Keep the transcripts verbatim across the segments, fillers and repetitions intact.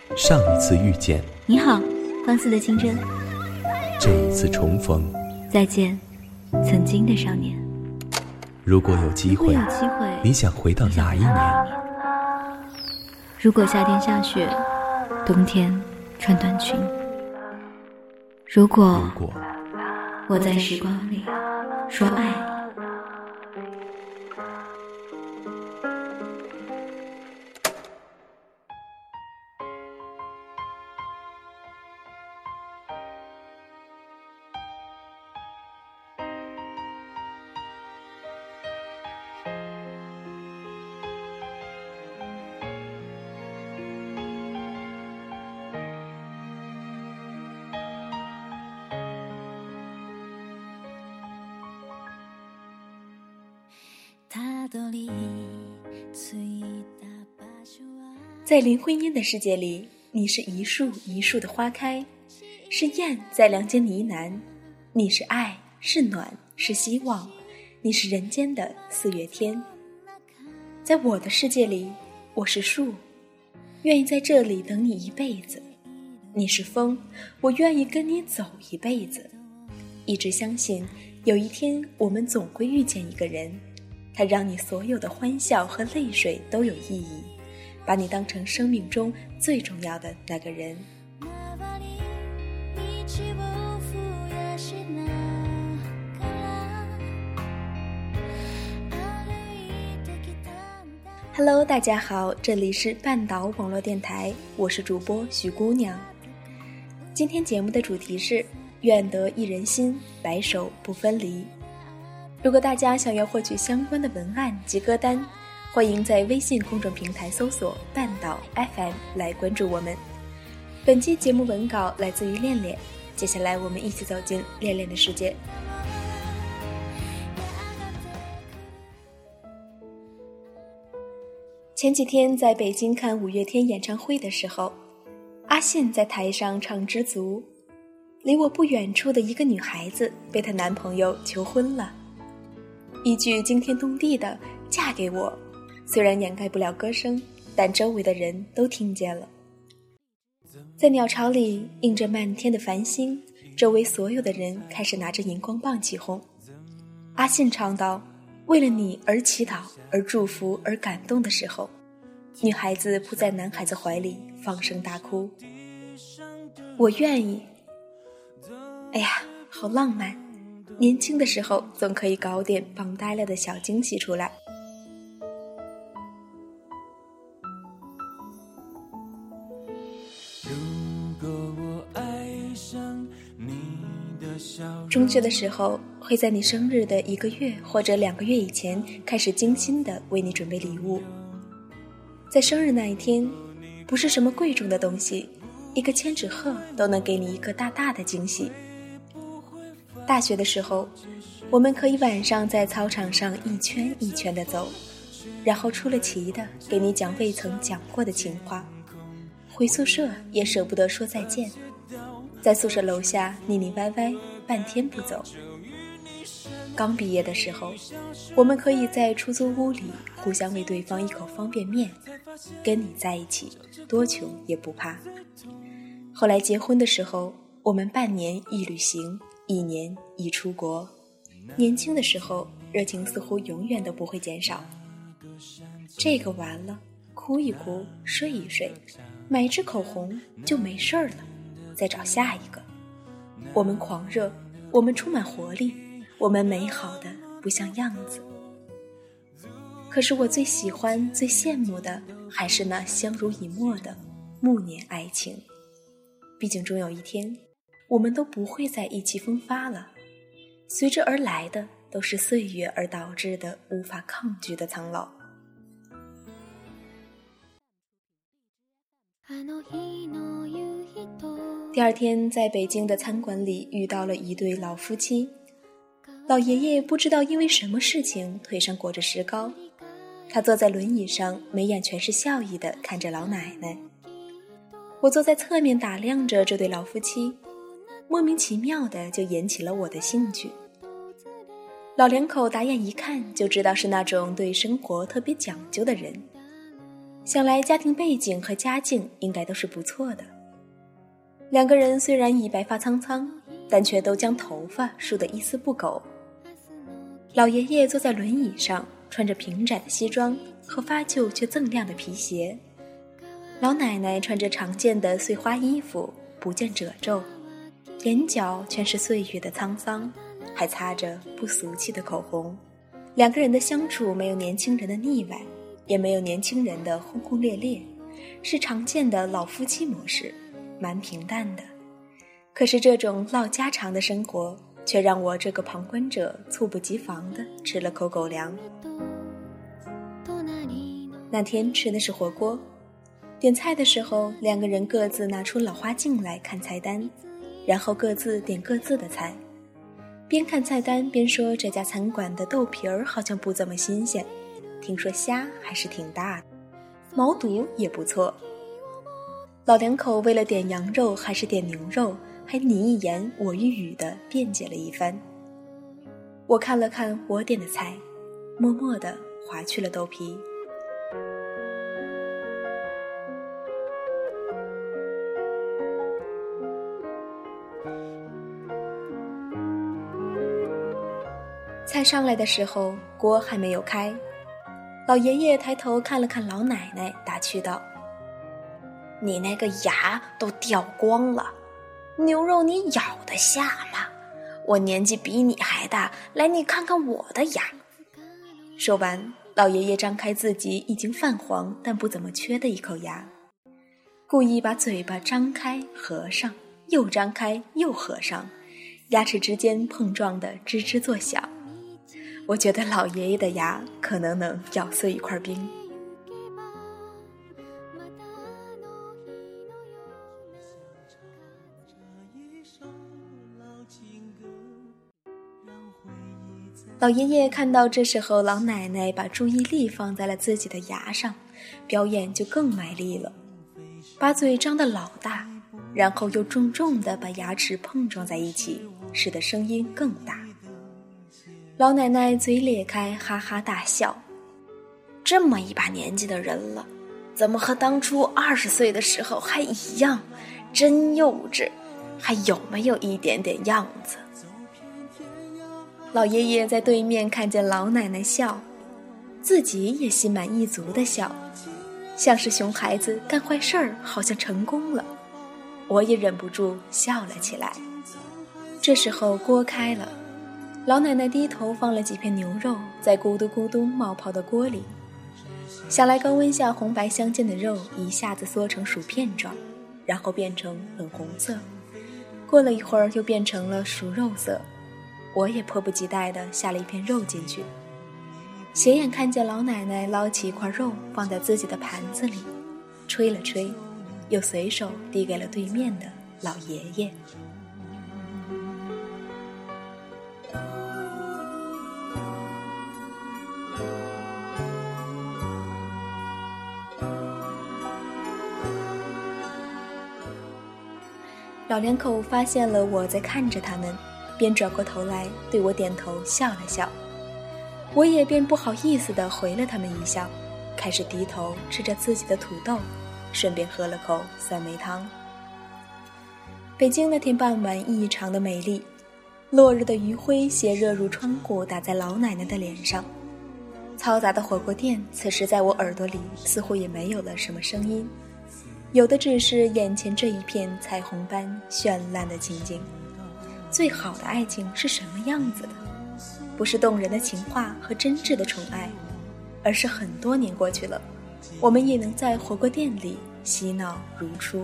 上一次遇见， 你好，放肆的青春。 这一次重逢， 再见，曾经的少年。 如果有机会， 有机会你想回到哪一年？ 如果夏天下雪，冬天穿短裙。如果如果我在时光里说爱你。 在林徽因的世界里，你是一树一树的花开，是雁在梁间呢喃，你是爱，是暖，是希望，你是人间的四月天。在我的世界里，我是树，愿意在这里等你一辈子。你是风，我愿意跟你走一辈子。一直相信有一天我们总会遇见一个人，他让你所有的欢笑和泪水都有意义，把你当成生命中最重要的那个人。Hello， 大家好，这里是半岛网络电台，我是主播徐姑娘。今天节目的主题是愿得一人心，白首不分离。如果大家想要获取相关的文案及歌单，欢迎在微信公众平台搜索半岛 F M 来关注我们。本期节目文稿来自于恋恋，接下来我们一起走进恋恋的世界。前几天在北京看五月天演唱会的时候，阿信在台上唱《知足》，离我不远处的一个女孩子被她男朋友求婚了，一句惊天动地的嫁给我，虽然掩盖不了歌声，但周围的人都听见了。在鸟巢里映着漫天的繁星，周围所有的人开始拿着荧光棒起哄。阿信唱道，为了你而祈祷，而祝福，而感动的时候，女孩子扑在男孩子怀里放声大哭。我愿意。哎呀，好浪漫，年轻的时候总可以搞点棒呆了的小惊喜出来。中学的时候，会在你生日的一个月或者两个月以前开始精心地为你准备礼物。在生日那一天，不是什么贵重的东西，一个千纸鹤都能给你一个大大的惊喜。大学的时候，我们可以晚上在操场上一圈一圈地走，然后出了奇的给你讲未曾讲过的情话，回宿舍也舍不得说再见，在宿舍楼下腻腻歪歪半天不走。刚毕业的时候，我们可以在出租屋里互相喂对方一口方便面，跟你在一起多穷也不怕。后来结婚的时候，我们半年一旅行，一年一出国。年轻的时候，热情似乎永远都不会减少。这个完了，哭一哭，睡一睡，买一支口红就没事了，再找下一个。我们狂热，我们充满活力，我们美好的不像样子。可是我最喜欢最羡慕的还是那相濡以沫的暮年爱情。毕竟终有一天，我们都不会再意气风发了，随之而来的都是岁月而导致的无法抗拒的苍老。第二天在北京的餐馆里遇到了一对老夫妻，老爷爷不知道因为什么事情腿上裹着石膏，他坐在轮椅上，眉眼全是笑意地看着老奶奶。我坐在侧面打量着这对老夫妻，莫名其妙的就引起了我的兴趣。老两口打眼一看就知道是那种对生活特别讲究的人， 想来家庭背景和家境应该都是不错的。两个人虽然已白发苍苍，但却都将头发梳得一丝不苟。老爷爷坐在轮椅上，穿着平窄的西装和发旧却锃亮的皮鞋。老奶奶穿着常见的碎花衣服，不见褶皱，眼角全是岁月的沧桑，还擦着不俗气的口红。两个人的相处没有年轻人的腻歪，也没有年轻人的轰轰烈烈，是常见的老夫妻模式，蛮平淡的。可是这种唠家常的生活，却让我这个旁观者猝不及防地吃了口狗粮。那天吃的是火锅，点菜的时候，两个人各自拿出老花镜来看菜单，然后各自点各自的菜，边看菜单边说这家餐馆的豆皮儿好像不怎么新鲜，听说虾还是挺大的，毛肚也不错。老两口为了点羊肉还是点牛肉，还你一言我一语地辩解了一番。我看了看我点的菜，默默地划去了豆皮。菜上来的时候，锅还没有开。老爷爷抬头看了看老奶奶，打趣道：“你那个牙都掉光了，牛肉你咬得下吗？我年纪比你还大，来你看看我的牙。”说完，老爷爷张开自己已经泛黄但不怎么缺的一口牙，故意把嘴巴张开合上，又张开又合上，牙齿之间碰撞得吱吱作响。我觉得老爷爷的牙可能能咬碎一块冰。老爷爷看到这时候老奶奶把注意力放在了自己的牙上，表演就更卖力了，把嘴张得老大，然后又重重地把牙齿碰撞在一起，使得声音更大。老奶奶嘴咧开，哈哈大笑。这么一把年纪的人了，怎么和当初二十岁的时候还一样，真幼稚，还有没有一点点样子？老爷爷在对面看见老奶奶笑，自己也心满意足地笑，像是熊孩子干坏事儿好像成功了。我也忍不住笑了起来。这时候锅开了，老奶奶低头放了几片牛肉在咕嘟咕嘟冒泡的锅里，想来高温下红白相间的肉一下子缩成薯片状，然后变成粉红色，过了一会儿又变成了熟肉色。我也迫不及待地下了一片肉进去，斜眼看见老奶奶捞起一块肉放在自己的盘子里，吹了吹，又随手递给了对面的老爷爷。老两口发现了我在看着他们，便转过头来对我点头笑了笑，我也便不好意思地回了他们一笑，开始低头吃着自己的土豆，顺便喝了口酸梅汤。北京那天傍晚异常的美丽，落日的余晖斜射入窗户，打在老奶奶的脸上。嘈杂的火锅店此时在我耳朵里似乎也没有了什么声音，有的只是眼前这一片彩虹般绚烂的情景。最好的爱情是什么样子的？不是动人的情话和真挚的宠爱，而是很多年过去了，我们也能在火锅店里嬉闹如初。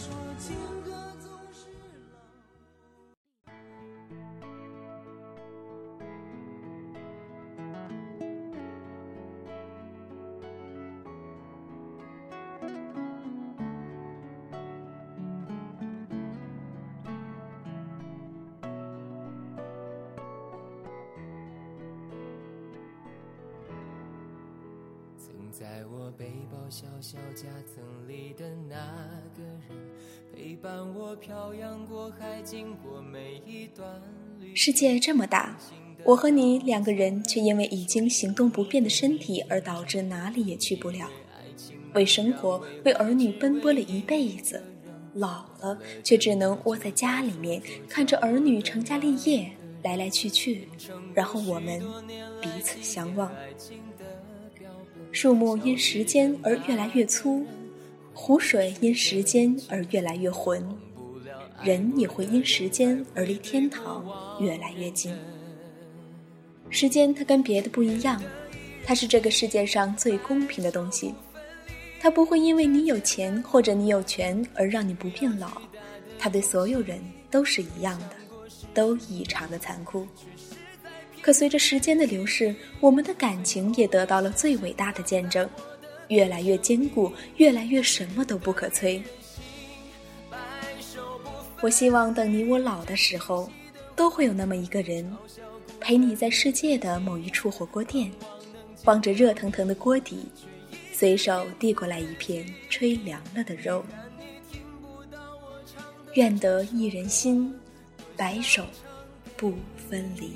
在我背包小小夹层里的那个人，陪伴我漂洋过海，经过每一段旅。 世界这么大，我和你两个人却因为已经行动不便的身体而导致哪里也去不了。 为生活为儿女奔波了一辈子，老了却只能窝在家里面，看着儿女成家立业，来来去去，然后我们彼此相望。树木因时间而越来越粗，湖水因时间而越来越浑，人也会因时间而离天堂越来越近。时间它跟别的不一样，它是这个世界上最公平的东西，它不会因为你有钱或者你有权而让你不变老，它对所有人都是一样的，都异常的残酷。可随着时间的流逝，我们的感情也得到了最伟大的见证，越来越坚固，越来越什么都不可摧。我希望等你我老的时候，都会有那么一个人，陪你在世界的某一处火锅店，望着热腾腾的锅底，随手递过来一片吹凉了的肉。愿得一人心，白首不分离。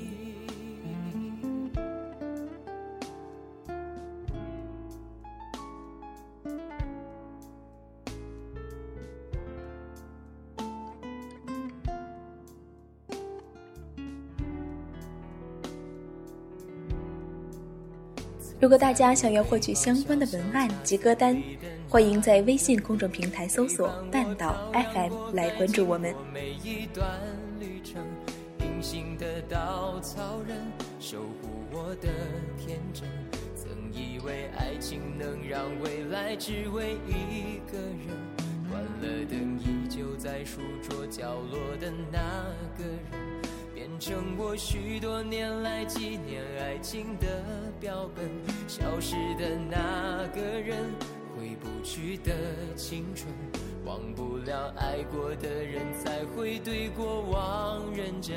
如果大家想要获取相关的文案及歌单，欢迎在微信公众平台搜索半岛 F M 来关注我们。 每一段旅程，隐形的稻草人守护我的天真，曾以为爱情能让未来只为一个人，关了灯依旧在书桌角落的那个人，变成我许多年来纪念爱情的标本，消失的那个人，回不去的青春，忘不了爱过的人，才会对过往认真。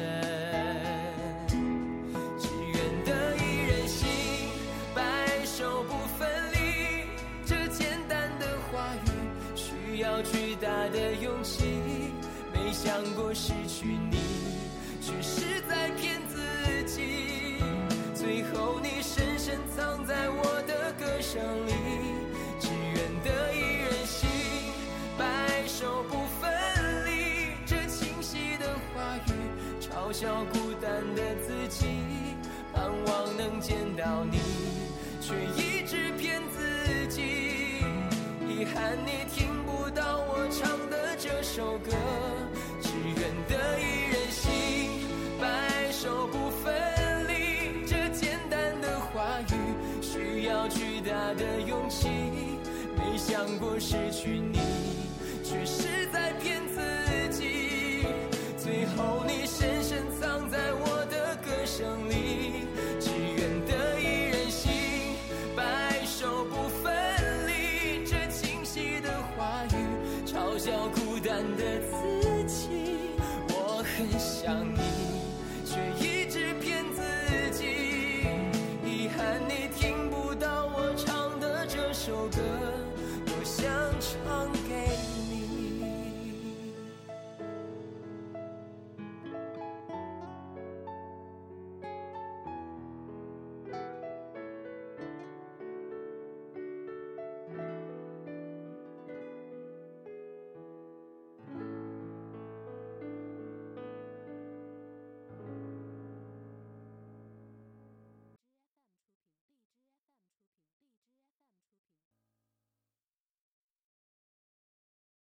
只愿得一人心，白首不分离，这简单的话语需要巨大的勇气，没想过失去你，却是在骗自己，最后你深深藏在我的歌声里。只愿得一人心，白首不分离，这清晰的话语嘲笑孤单的自己，盼望能见到你，却一直骗自己，遗憾你听不到我唱的这首歌。只愿得一人心，白首不分离，这简单的话语需要巨大的勇气，没想过失去你，却是在骗自己，最后你深深藏在我的歌声里。只愿得一人心，白首不分离，这清晰的话语嘲笑孤单的自己，我很想你。